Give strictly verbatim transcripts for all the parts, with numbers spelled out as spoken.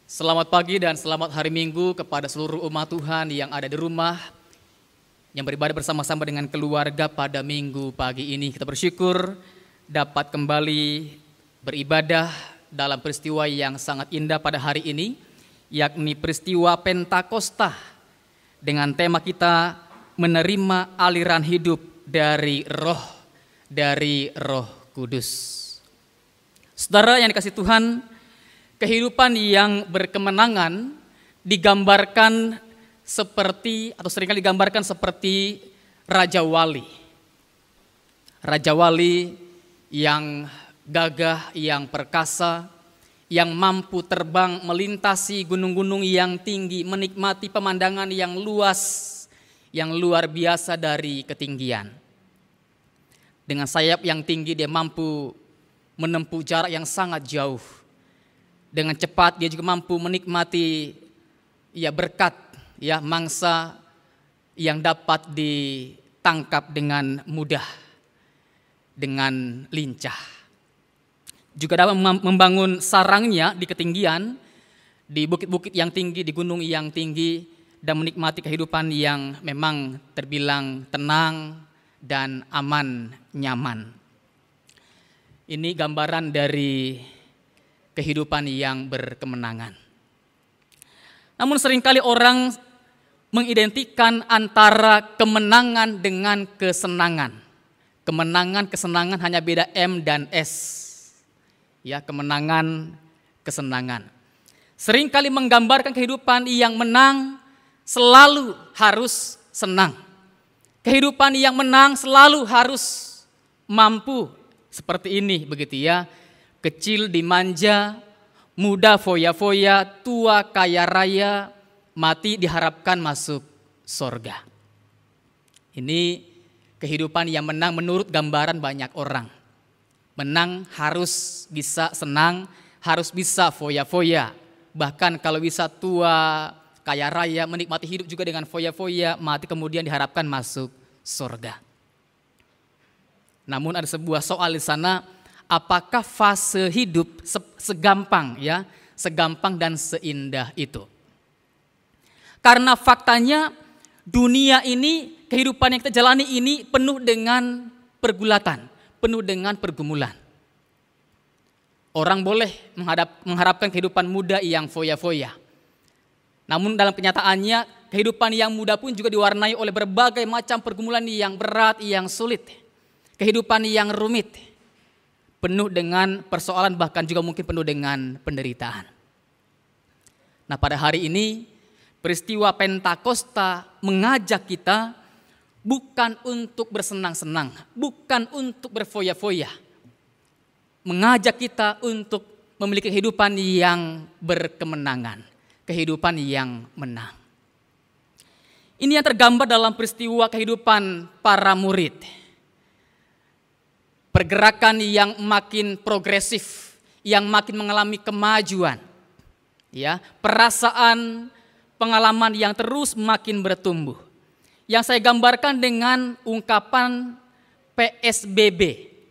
Selamat pagi dan selamat hari Minggu kepada seluruh umat Tuhan yang ada di rumah, yang beribadah bersama-sama dengan keluarga pada Minggu pagi ini. Kita bersyukur dapat kembali beribadah dalam peristiwa yang sangat indah pada hari ini, yakni peristiwa Pentakosta, dengan tema kita menerima aliran hidup dari roh, dari roh kudus. Saudara yang dikasihi Tuhan, kehidupan yang berkemenangan digambarkan seperti atau seringkali digambarkan seperti Raja Wali. Raja Wali yang gagah, yang perkasa, yang mampu terbang melintasi gunung-gunung yang tinggi, menikmati pemandangan yang luas, yang luar biasa dari ketinggian. Dengan sayap yang tinggi dia mampu menempuh jarak yang sangat jauh. Dengan cepat dia juga mampu menikmati ya berkat ya mangsa yang dapat ditangkap dengan mudah, dengan lincah. Juga dapat membangun sarangnya di ketinggian, di bukit-bukit yang tinggi, di gunung yang tinggi, dan menikmati kehidupan yang memang terbilang tenang dan aman, nyaman. Ini gambaran dari kehidupan yang berkemenangan. Namun seringkali orang mengidentikan antara kemenangan dengan kesenangan. Kemenangan, kesenangan hanya beda M dan S. Ya, kemenangan, kesenangan. Seringkali menggambarkan kehidupan yang menang selalu harus senang. Kehidupan yang menang selalu harus mampu. Seperti ini begitu ya. Kecil dimanja, muda foya-foya, tua kaya raya, mati diharapkan masuk sorga. Ini kehidupan yang menang menurut gambaran banyak orang. Menang harus bisa senang, harus bisa foya-foya. Bahkan kalau bisa tua, kaya raya, menikmati hidup juga dengan foya-foya, mati kemudian diharapkan masuk sorga. Namun ada sebuah soal di sana, apakah fase hidup segampang ya, segampang dan seindah itu? Karena faktanya dunia ini, kehidupan yang kita jalani ini penuh dengan pergulatan, penuh dengan pergumulan. Orang boleh menghadap, mengharapkan kehidupan muda yang foya-foya. Namun dalam kenyataannya kehidupan yang muda pun juga diwarnai oleh berbagai macam pergumulan yang berat, yang sulit. Kehidupan yang rumit. Penuh dengan persoalan, bahkan juga mungkin penuh dengan penderitaan. Nah, pada hari ini peristiwa Pentakosta mengajak kita bukan untuk bersenang-senang, bukan untuk berfoya-foya. Mengajak kita untuk memiliki kehidupan yang berkemenangan, kehidupan yang menang. Ini yang tergambar dalam peristiwa kehidupan para murid. Pergerakan yang makin progresif, yang makin mengalami kemajuan, ya, perasaan, pengalaman yang terus makin bertumbuh. Yang saya gambarkan dengan ungkapan P S B B.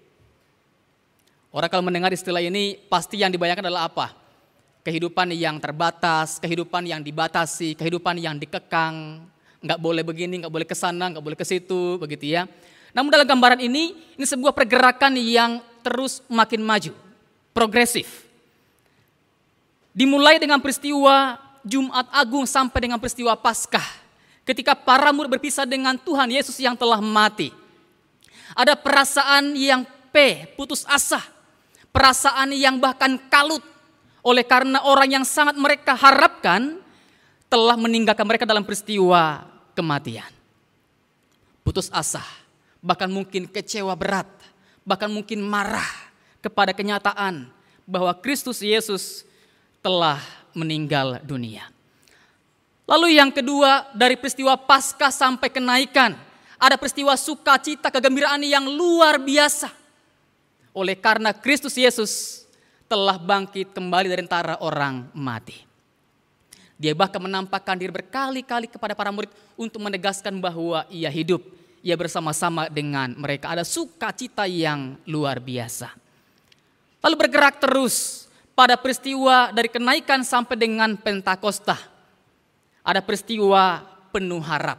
Orang kalau mendengar istilah ini pasti yang dibayangkan adalah apa? Kehidupan yang terbatas, kehidupan yang dibatasi, kehidupan yang dikekang, nggak boleh begini, nggak boleh ke sana, nggak boleh ke situ, begitu ya. Namun dalam gambaran ini, ini sebuah pergerakan yang terus makin maju, progresif. Dimulai dengan peristiwa Jumat Agung sampai dengan peristiwa Paskah. Ketika para murid berpisah dengan Tuhan Yesus yang telah mati. Ada perasaan yang P, putus asa. Perasaan yang bahkan kalut. Oleh karena orang yang sangat mereka harapkan telah meninggalkan mereka dalam peristiwa kematian. Putus asa. Bahkan mungkin kecewa berat, bahkan mungkin marah kepada kenyataan bahwa Kristus Yesus telah meninggal dunia. Lalu yang kedua, dari peristiwa Paskah sampai kenaikan, ada peristiwa sukacita, kegembiraan yang luar biasa. Oleh karena Kristus Yesus telah bangkit kembali dari antara orang mati. Dia bahkan menampakkan diri berkali-kali kepada para murid untuk menegaskan bahwa ia hidup. Ia bersama-sama dengan mereka. Ada sukacita yang luar biasa. Lalu bergerak terus. pada peristiwa dari kenaikan sampai dengan Pentakosta, ada peristiwa penuh harap.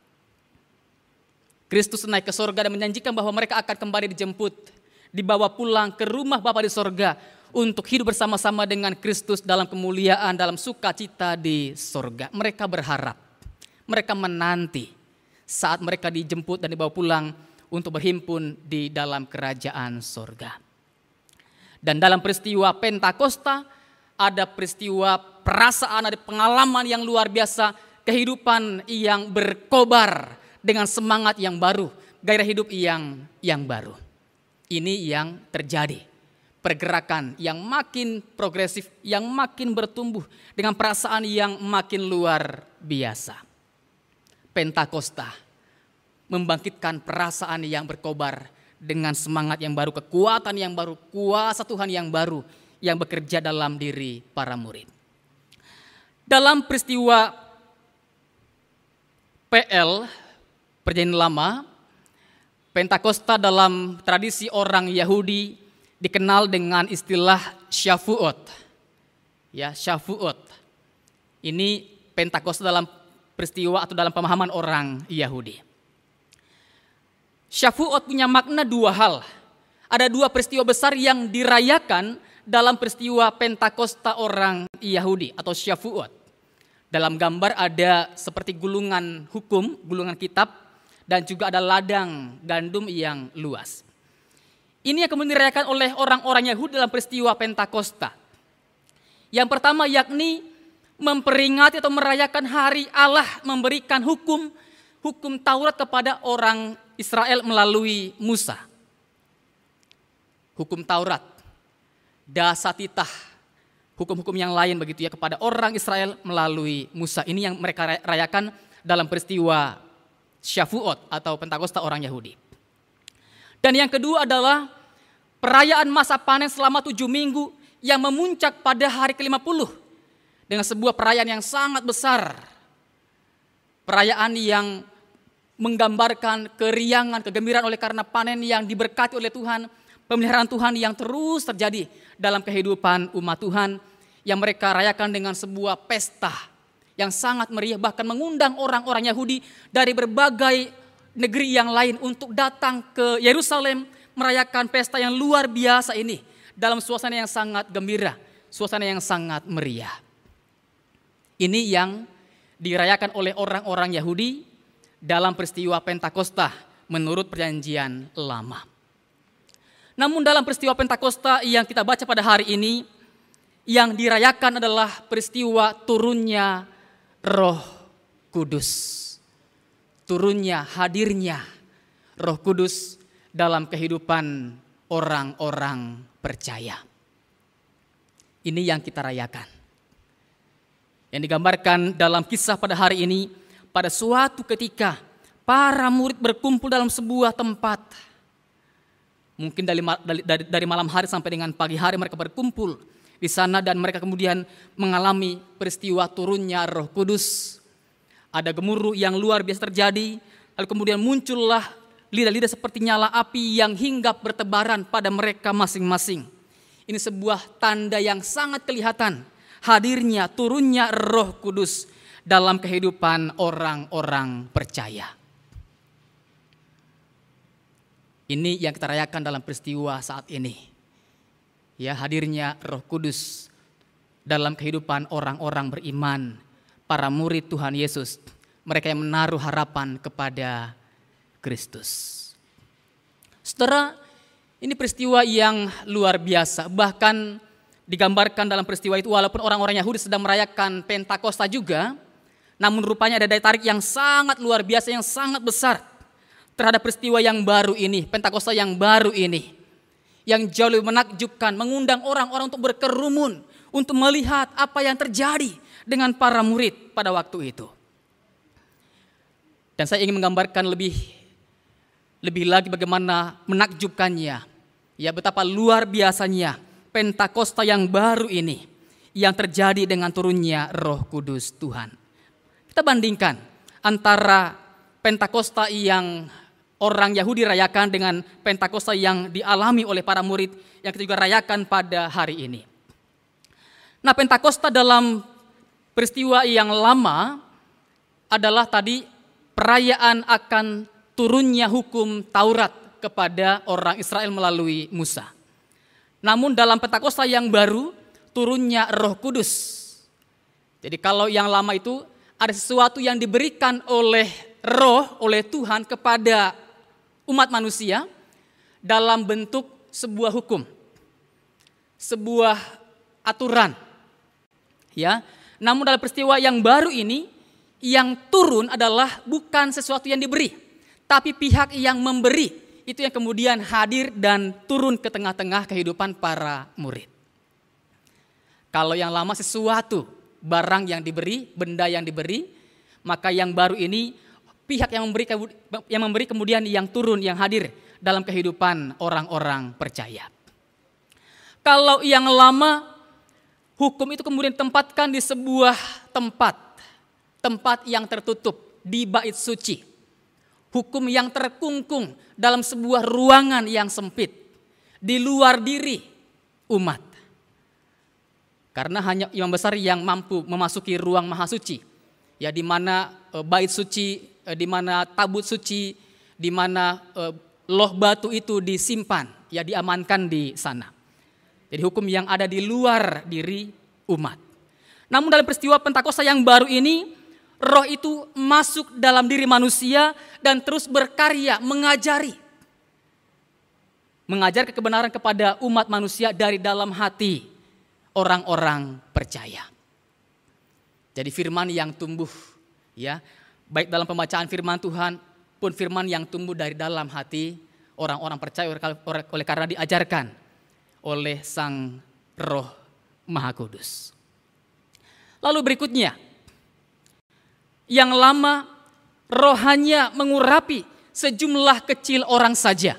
Kristus naik ke sorga dan menjanjikan bahwa mereka akan kembali dijemput, dibawa pulang ke rumah Bapa di sorga untuk hidup bersama-sama dengan Kristus dalam kemuliaan, dalam sukacita di sorga. Mereka berharap, mereka menanti saat mereka dijemput dan dibawa pulang untuk berhimpun di dalam kerajaan sorga. Dan dalam peristiwa Pentakosta ada peristiwa perasaan, ada pengalaman yang luar biasa, kehidupan yang berkobar dengan semangat yang baru, gairah hidup yang yang baru. Ini yang terjadi, pergerakan yang makin progresif, yang makin bertumbuh dengan perasaan yang makin luar biasa. Pentakosta membangkitkan perasaan yang berkobar dengan semangat yang baru, kekuatan yang baru, kuasa Tuhan yang baru yang bekerja dalam diri para murid. Dalam peristiwa P L, Perjanjian Lama, Pentakosta dalam tradisi orang Yahudi dikenal dengan istilah Shavuot. Ya, Shavuot. Ini Pentakosta dalam peristiwa atau dalam pemahaman orang Yahudi. Shavuot punya makna dua hal. Ada dua peristiwa besar yang dirayakan dalam peristiwa Pentakosta orang Yahudi atau Shavuot. Dalam gambar ada seperti gulungan hukum, gulungan kitab, dan juga ada ladang gandum yang luas. Ini yang kemudian dirayakan oleh orang-orang Yahudi dalam peristiwa Pentakosta. Yang pertama yakni memperingati atau merayakan hari Allah memberikan hukum, hukum Taurat kepada orang Israel melalui Musa. Hukum Taurat, dasatitah, hukum-hukum yang lain begitu ya kepada orang Israel melalui Musa. Ini yang mereka rayakan dalam peristiwa Shavuot atau Pentakosta orang Yahudi. Dan yang kedua adalah perayaan masa panen selama tujuh minggu yang memuncak pada hari ke lima puluh dengan sebuah perayaan yang sangat besar. Perayaan yang menggambarkan keriangan, kegembiraan oleh karena panen yang diberkati oleh Tuhan, pemeliharaan Tuhan yang terus terjadi dalam kehidupan umat Tuhan yang mereka rayakan dengan sebuah pesta yang sangat meriah, bahkan mengundang orang-orang Yahudi dari berbagai negeri yang lain untuk datang ke Yerusalem merayakan pesta yang luar biasa ini dalam suasana yang sangat gembira, suasana yang sangat meriah. Ini yang dirayakan oleh orang-orang Yahudi dalam peristiwa Pentakosta menurut Perjanjian Lama. Namun dalam peristiwa Pentakosta yang kita baca pada hari ini, yang dirayakan adalah peristiwa turunnya Roh Kudus. Turunnya, hadirnya Roh Kudus dalam kehidupan orang-orang percaya. Ini yang kita rayakan. Yang digambarkan dalam kisah pada hari ini, pada suatu ketika para murid berkumpul dalam sebuah tempat. Mungkin dari, dari, dari malam hari sampai dengan pagi hari mereka berkumpul di sana dan mereka kemudian mengalami peristiwa turunnya Roh Kudus. Ada gemuruh yang luar biasa terjadi, lalu kemudian muncullah lidah-lidah seperti nyala api yang hinggap bertebaran pada mereka masing-masing. Ini sebuah tanda yang sangat kelihatan hadirnya, turunnya Roh Kudus dalam kehidupan orang-orang percaya. Ini yang kita rayakan dalam peristiwa saat ini. Ya, hadirnya Roh Kudus dalam kehidupan orang-orang beriman, para murid Tuhan Yesus, mereka yang menaruh harapan kepada Kristus. Saudara, ini peristiwa yang luar biasa. Bahkan digambarkan dalam peristiwa itu walaupun orang-orang Yahudi sedang merayakan Pentakosta juga, namun rupanya ada daya tarik yang sangat luar biasa, yang sangat besar terhadap peristiwa yang baru ini, Pentakosta yang baru ini. Yang jauh lebih menakjubkan, mengundang orang-orang untuk berkerumun, untuk melihat apa yang terjadi dengan para murid pada waktu itu. Dan saya ingin menggambarkan lebih lebih lagi bagaimana menakjubkannya, ya betapa luar biasanya Pentakosta yang baru ini yang terjadi dengan turunnya Roh Kudus Tuhan. Kita bandingkan antara Pentakosta yang orang Yahudi rayakan dengan Pentakosta yang dialami oleh para murid yang kita juga rayakan pada hari ini. Nah, Pentakosta dalam peristiwa yang lama adalah tadi perayaan akan turunnya hukum Taurat kepada orang Israel melalui Musa. Namun dalam Pentakosta yang baru turunnya Roh Kudus. Jadi kalau yang lama itu ada sesuatu yang diberikan oleh Roh, oleh Tuhan kepada umat manusia dalam bentuk sebuah hukum, sebuah aturan. Ya, namun dalam peristiwa yang baru ini, yang turun adalah bukan sesuatu yang diberi, tapi pihak yang memberi. Itu yang kemudian hadir dan turun ke tengah-tengah kehidupan para murid. Kalau yang lama sesuatu, barang yang diberi, benda yang diberi, maka yang baru ini pihak yang memberi, yang memberi kemudian yang turun, yang hadir dalam kehidupan orang-orang percaya. Kalau yang lama, hukum itu kemudian ditempatkan di sebuah tempat, tempat yang tertutup di bait suci. Hukum yang terkungkung dalam sebuah ruangan yang sempit, di luar diri umat. Karena hanya imam besar yang mampu memasuki ruang maha suci, ya, di mana e, bait suci, e, di mana tabut suci, di mana e, loh batu itu disimpan, ya, diamankan di sana. Jadi hukum yang ada di luar diri umat. Namun dalam peristiwa Pentakosta yang baru ini, Roh itu masuk dalam diri manusia dan terus berkarya mengajari. Mengajar kebenaran kepada umat manusia dari dalam hati orang-orang percaya. Jadi firman yang tumbuh, ya, baik dalam pembacaan firman Tuhan pun firman yang tumbuh dari dalam hati orang-orang percaya oleh karena diajarkan oleh Sang Roh Maha Kudus. Lalu berikutnya, yang lama Roh hanya mengurapi sejumlah kecil orang saja.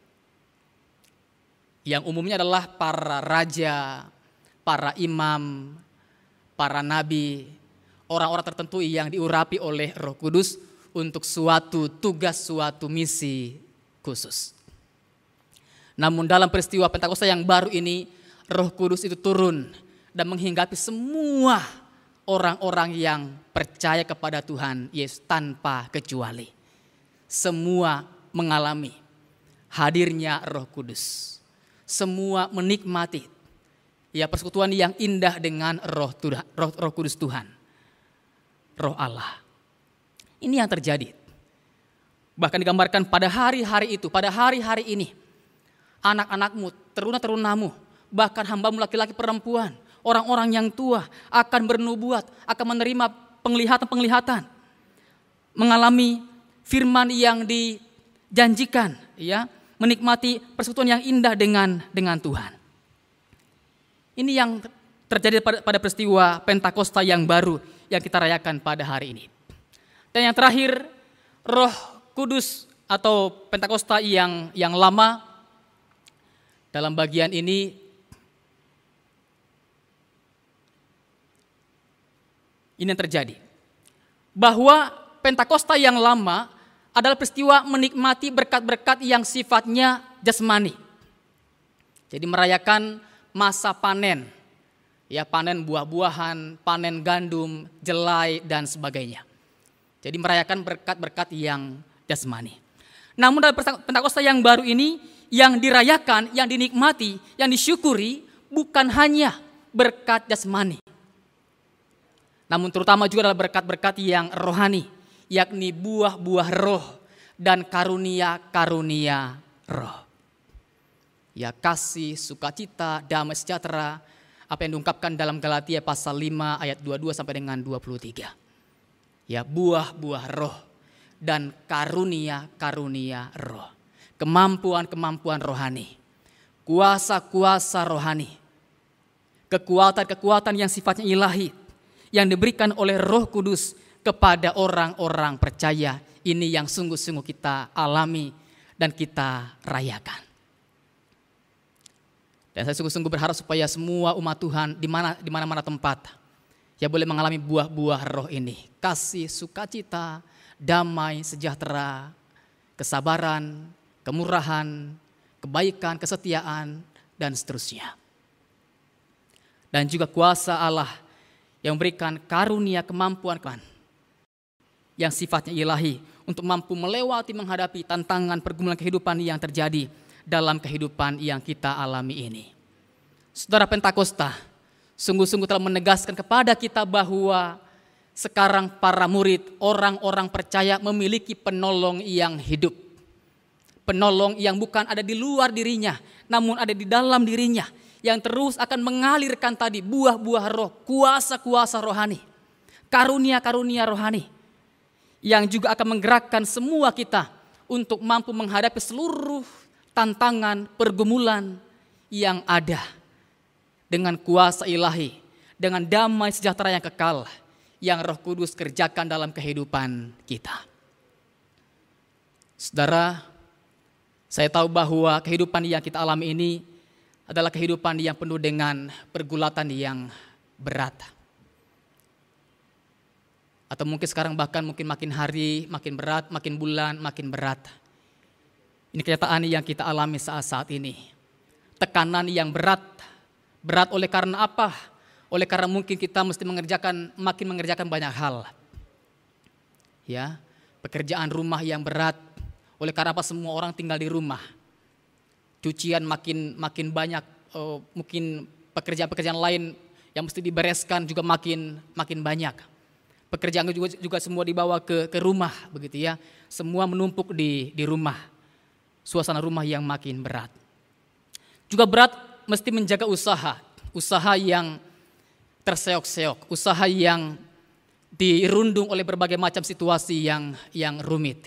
Yang umumnya adalah para raja, para imam, para nabi, orang-orang tertentu yang diurapi oleh Roh Kudus untuk suatu tugas, suatu misi khusus. Namun dalam peristiwa Pentakosta yang baru ini, Roh Kudus itu turun dan menghinggapi semua orang-orang yang percaya kepada Tuhan Yesus tanpa kecuali. Semua mengalami hadirnya Roh Kudus. Semua menikmati, ya, persekutuan yang indah dengan Roh, Roh, Roh Kudus Tuhan, Roh Allah. Ini yang terjadi. Bahkan digambarkan pada hari-hari itu, pada hari-hari ini, anak-anakmu, teruna-terunamu, bahkan hambamu laki-laki perempuan, orang-orang yang tua akan bernubuat, akan menerima penglihatan-penglihatan, mengalami firman yang dijanjikan, ya, menikmati persekutuan yang indah dengan dengan Tuhan. Ini yang terjadi pada, pada peristiwa Pentakosta yang baru yang kita rayakan pada hari ini. Dan yang terakhir, Roh Kudus atau Pentakosta yang yang lama dalam bagian ini ini yang terjadi. Bahwa Pentakosta yang lama adalah peristiwa menikmati berkat-berkat yang sifatnya jasmani. Jadi merayakan masa panen, ya, panen buah-buahan, panen gandum, jelai dan sebagainya. Jadi merayakan berkat-berkat yang jasmani. Namun dalam Pentakosta yang baru ini, yang dirayakan, yang dinikmati, yang disyukuri bukan hanya berkat jasmani, namun terutama juga adalah berkat-berkat yang rohani, yakni buah-buah roh dan karunia-karunia roh. Ya, kasih, sukacita, damai sejahtera, apa yang diungkapkan dalam Galatia pasal lima ayat dua puluh dua sampai dengan dua puluh tiga. Ya, buah-buah roh dan karunia-karunia roh. Kemampuan-kemampuan rohani, kuasa-kuasa rohani, kekuatan-kekuatan yang sifatnya ilahi yang diberikan oleh Roh Kudus kepada orang-orang percaya. Ini yang sungguh-sungguh kita alami dan kita rayakan. Dan saya sungguh-sungguh berharap supaya semua umat Tuhan di mana di mana-mana tempat ya boleh mengalami buah-buah roh ini. Kasih, sukacita, damai, sejahtera, kesabaran, kemurahan, kebaikan, kesetiaan, dan seterusnya. dan juga kuasa Allah yang memberikan karunia kemampuan yang sifatnya ilahi untuk mampu melewati menghadapi tantangan pergumulan kehidupan yang terjadi dalam kehidupan yang kita alami ini. Saudara, Pentakosta sungguh-sungguh telah menegaskan kepada kita bahwa sekarang para murid, orang-orang percaya memiliki penolong yang hidup. Penolong yang bukan ada di luar dirinya, namun ada di dalam dirinya, yang terus akan mengalirkan tadi buah-buah roh, kuasa-kuasa rohani, karunia-karunia rohani, yang juga akan menggerakkan semua kita untuk mampu menghadapi seluruh tantangan, pergumulan yang ada dengan kuasa ilahi, dengan damai sejahtera yang kekal, yang Roh Kudus kerjakan dalam kehidupan kita. Saudara, saya tahu bahwa kehidupan yang kita alami ini adalah kehidupan yang penuh dengan pergulatan yang berat. Atau mungkin sekarang bahkan mungkin makin hari, makin berat, makin bulan, makin berat. Ini kenyataan yang kita alami saat-saat ini. Tekanan yang berat. Berat oleh karena apa? Oleh karena mungkin kita mesti mengerjakan, makin mengerjakan banyak hal. Ya, pekerjaan rumah yang berat. Oleh karena apa? Semua orang tinggal di rumah. Cucian makin makin banyak, oh, mungkin pekerjaan-pekerjaan lain yang mesti dibereskan juga makin makin banyak. Pekerjaan juga, juga semua dibawa ke ke rumah, begitu ya. Semua menumpuk di di rumah. Suasana rumah yang makin berat. Juga berat mesti menjaga usaha, usaha yang terseok-seok, usaha yang dirundung oleh berbagai macam situasi yang yang rumit.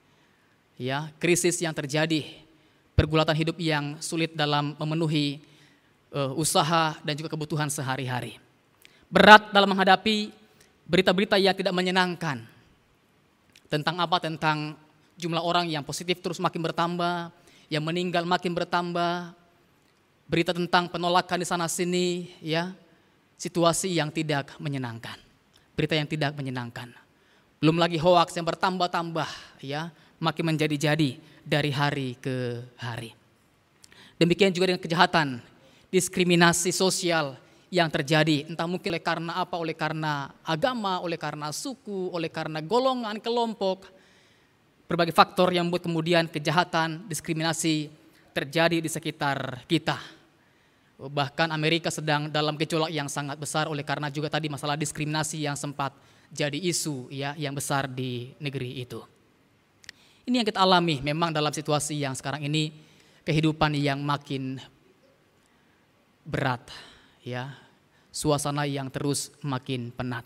Ya, krisis yang terjadi, pergulatan hidup yang sulit dalam memenuhi uh, usaha dan juga kebutuhan sehari-hari. Berat dalam menghadapi berita-berita yang tidak menyenangkan. Tentang apa? Tentang jumlah orang yang positif terus makin bertambah, yang meninggal makin bertambah. Berita tentang penolakan di sana sini, ya, situasi yang tidak menyenangkan, berita yang tidak menyenangkan. Belum lagi hoaks yang bertambah-tambah, ya, makin menjadi-jadi dari hari ke hari. Demikian juga dengan kejahatan, diskriminasi sosial yang terjadi, entah mungkin oleh karena apa, oleh karena agama, oleh karena suku, oleh karena golongan, kelompok, berbagai faktor yang membuat kemudian kejahatan, diskriminasi terjadi di sekitar kita. Bahkan Amerika sedang dalam gejolak yang sangat besar oleh karena juga tadi masalah diskriminasi yang sempat jadi isu, ya, yang besar di negeri itu. Ini yang kita alami memang dalam situasi yang sekarang ini, kehidupan yang makin berat, ya, suasana yang terus makin penat.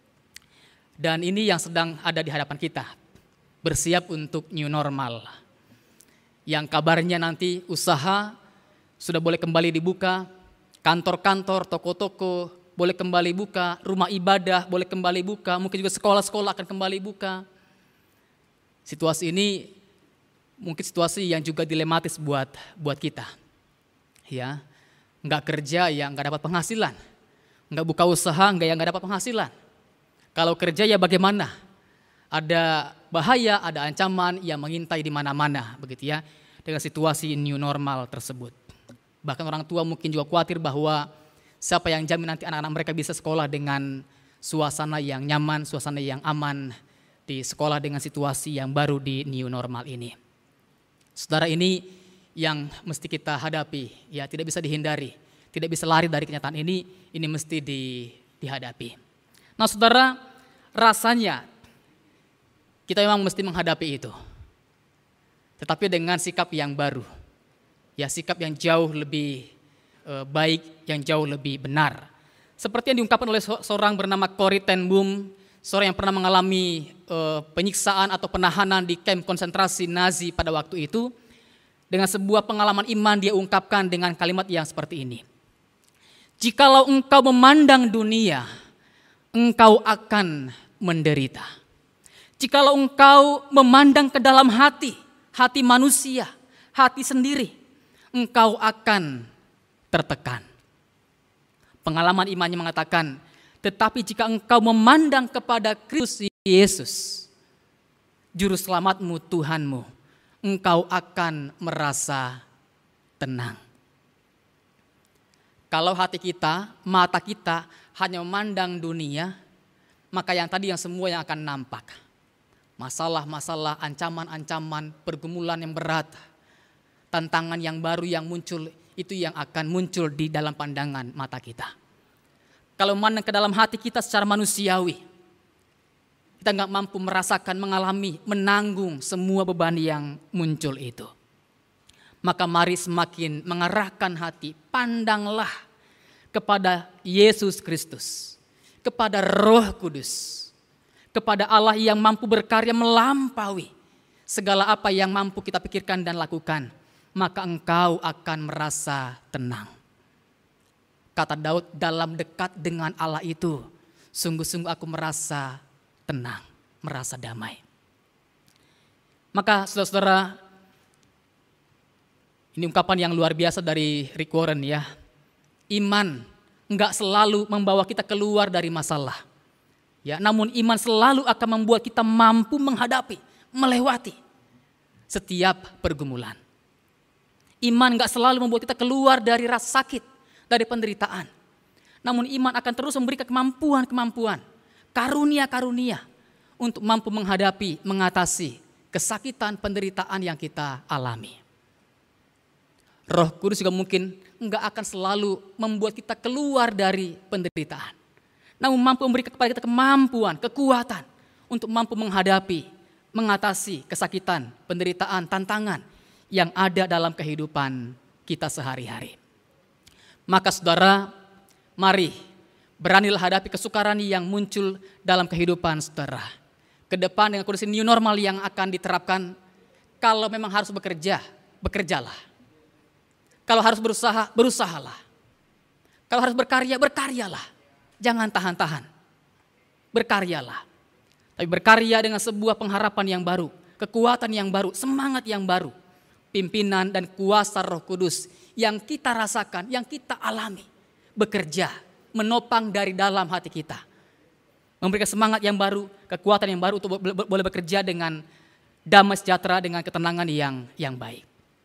Dan ini yang sedang ada di hadapan kita, bersiap untuk new normal. Yang kabarnya nanti usaha sudah boleh kembali dibuka, kantor-kantor, toko-toko boleh kembali buka, rumah ibadah boleh kembali buka, mungkin juga sekolah-sekolah akan kembali buka. Situasi ini mungkin situasi yang juga dilematis buat buat kita. Ya, nggak kerja ya nggak dapat penghasilan, nggak buka usaha nggak ya nggak dapat penghasilan. Kalau kerja ya bagaimana? Ada bahaya, ada ancaman yang mengintai di mana-mana, begitu ya, dengan situasi new normal tersebut. Bahkan orang tua mungkin juga khawatir bahwa siapa yang jamin nanti anak-anak mereka bisa sekolah dengan suasana yang nyaman, suasana yang aman di sekolah dengan situasi yang baru di new normal ini. Saudara, ini yang mesti kita hadapi, ya, tidak bisa dihindari, tidak bisa lari dari kenyataan ini, ini mesti di, dihadapi. Nah, saudara, rasanya kita memang mesti menghadapi itu, tetapi dengan sikap yang baru, ya, sikap yang jauh lebih e, baik, yang jauh lebih benar. Seperti yang diungkapkan oleh seorang bernama Corrie ten Boom, seorang yang pernah mengalami e, penyiksaan atau penahanan di kamp konsentrasi Nazi pada waktu itu. Dengan sebuah pengalaman iman dia ungkapkan dengan kalimat yang seperti ini. Jikalau engkau memandang dunia, engkau akan menderita. Jikalau engkau memandang ke dalam hati, hati manusia, hati sendiri, engkau akan tertekan. Pengalaman imannya mengatakan, tetapi jika engkau memandang kepada Kristus Yesus, juru selamatmu, Tuhanmu, engkau akan merasa tenang. Kalau hati kita, mata kita hanya memandang dunia, maka yang tadi yang semua yang akan nampak. Masalah-masalah, ancaman-ancaman, pergumulan yang berat, tantangan yang baru yang muncul, itu yang akan muncul di dalam pandangan mata kita. Kalau memandang ke dalam hati kita secara manusiawi, kita nggak mampu merasakan, mengalami, menanggung semua beban yang muncul itu. Maka mari semakin mengarahkan hati, pandanglah kepada Yesus Kristus, kepada Roh Kudus, kepada Allah yang mampu berkarya melampaui segala apa yang mampu kita pikirkan dan lakukan. Maka engkau akan merasa tenang. Kata Daud, dalam dekat dengan Allah itu, sungguh-sungguh aku merasa tenang, merasa damai. Maka saudara-saudara, ini ungkapan yang luar biasa dari Rick Warren ya. Iman enggak selalu membawa kita keluar dari masalah. Ya, namun iman selalu akan membuat kita mampu menghadapi, melewati setiap pergumulan. Iman enggak selalu membuat kita keluar dari rasa sakit, dari penderitaan. Namun iman akan terus memberikan kemampuan-kemampuan, karunia-karunia untuk mampu menghadapi, mengatasi kesakitan, penderitaan yang kita alami. Roh Kudus juga mungkin enggak akan selalu membuat kita keluar dari penderitaan. Namun mampu memberikan kepada kita kemampuan, kekuatan untuk mampu menghadapi, mengatasi kesakitan, penderitaan, tantangan yang ada dalam kehidupan kita sehari-hari. Maka saudara, mari beranilah hadapi kesukaran yang muncul dalam kehidupan saudara. Ke depan dengan kondisi new normal yang akan diterapkan, kalau memang harus bekerja, bekerjalah. Kalau harus berusaha, berusahalah. Kalau harus berkarya, berkaryalah. Jangan tahan-tahan. Berkaryalah. Tapi berkarya dengan sebuah pengharapan yang baru, kekuatan yang baru, semangat yang baru. Pimpinan dan kuasa Roh Kudus yang kita rasakan, yang kita alami. Bekerja, menopang dari dalam hati kita. Memberikan semangat yang baru, kekuatan yang baru untuk boleh bekerja dengan damai sejahtera, dengan ketenangan yang yang baik.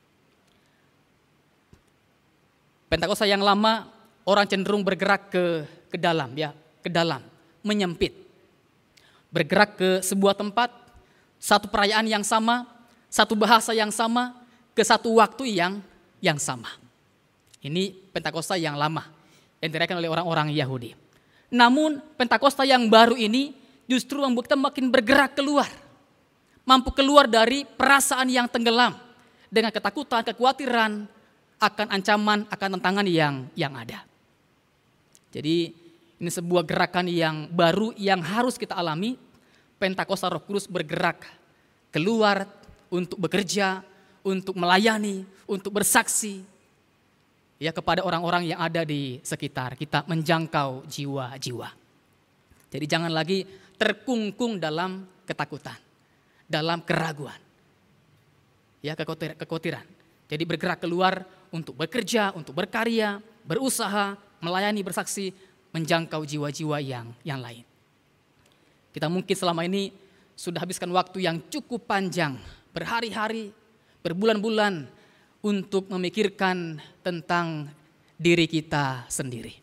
Pentakosta yang lama, orang cenderung bergerak ke ke dalam, ya, ke dalam, menyempit. Bergerak ke sebuah tempat, satu perayaan yang sama, satu bahasa yang sama, ke satu waktu yang yang sama. Ini Pentakosta yang lama yang dirayakan oleh orang-orang Yahudi. Namun Pentakosta yang baru ini justru membuat kita makin bergerak keluar. Mampu keluar dari perasaan yang tenggelam dengan ketakutan, kekhawatiran akan ancaman, akan tantangan yang yang ada. Jadi ini sebuah gerakan yang baru yang harus kita alami. Pentakosta Roh Kudus bergerak keluar untuk bekerja, untuk melayani, untuk bersaksi ya kepada orang-orang yang ada di sekitar kita, menjangkau jiwa-jiwa. Jadi jangan lagi terkungkung dalam ketakutan, dalam keraguan, ya kekhawatiran. Jadi bergerak keluar untuk bekerja, untuk berkarya, berusaha, melayani, bersaksi, menjangkau jiwa-jiwa yang yang lain. Kita mungkin selama ini sudah habiskan waktu yang cukup panjang, berhari-hari, berbulan-bulan untuk memikirkan tentang diri kita sendiri.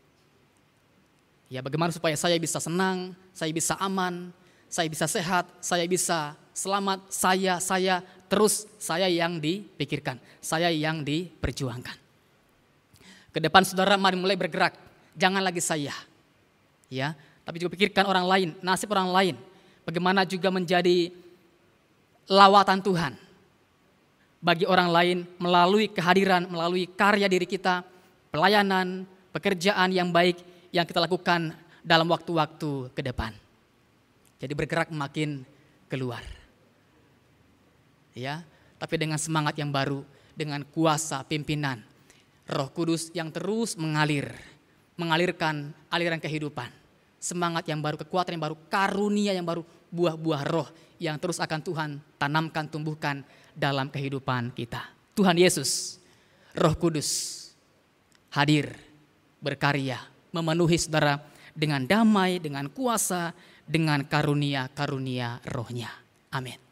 Ya, bagaimana supaya saya bisa senang, saya bisa aman, saya bisa sehat, saya bisa selamat, saya, saya, terus saya yang dipikirkan, saya yang diperjuangkan. Ke depan saudara mari mulai bergerak, jangan lagi saya. Ya, tapi juga pikirkan orang lain, nasib orang lain. Bagaimana juga menjadi lawatan Tuhan bagi orang lain melalui kehadiran, melalui karya diri kita, pelayanan, pekerjaan yang baik yang kita lakukan dalam waktu-waktu ke depan. Jadi bergerak makin keluar. Ya, tapi dengan semangat yang baru, dengan kuasa pimpinan Roh Kudus yang terus mengalir, mengalirkan aliran kehidupan, semangat yang baru, kekuatan yang baru, karunia yang baru, buah-buah roh yang terus akan Tuhan tanamkan, tumbuhkan dalam kehidupan kita. Tuhan Yesus, Roh Kudus hadir, berkarya, memenuhi saudara dengan damai, dengan kuasa, dengan karunia-karunia rohnya. Amin.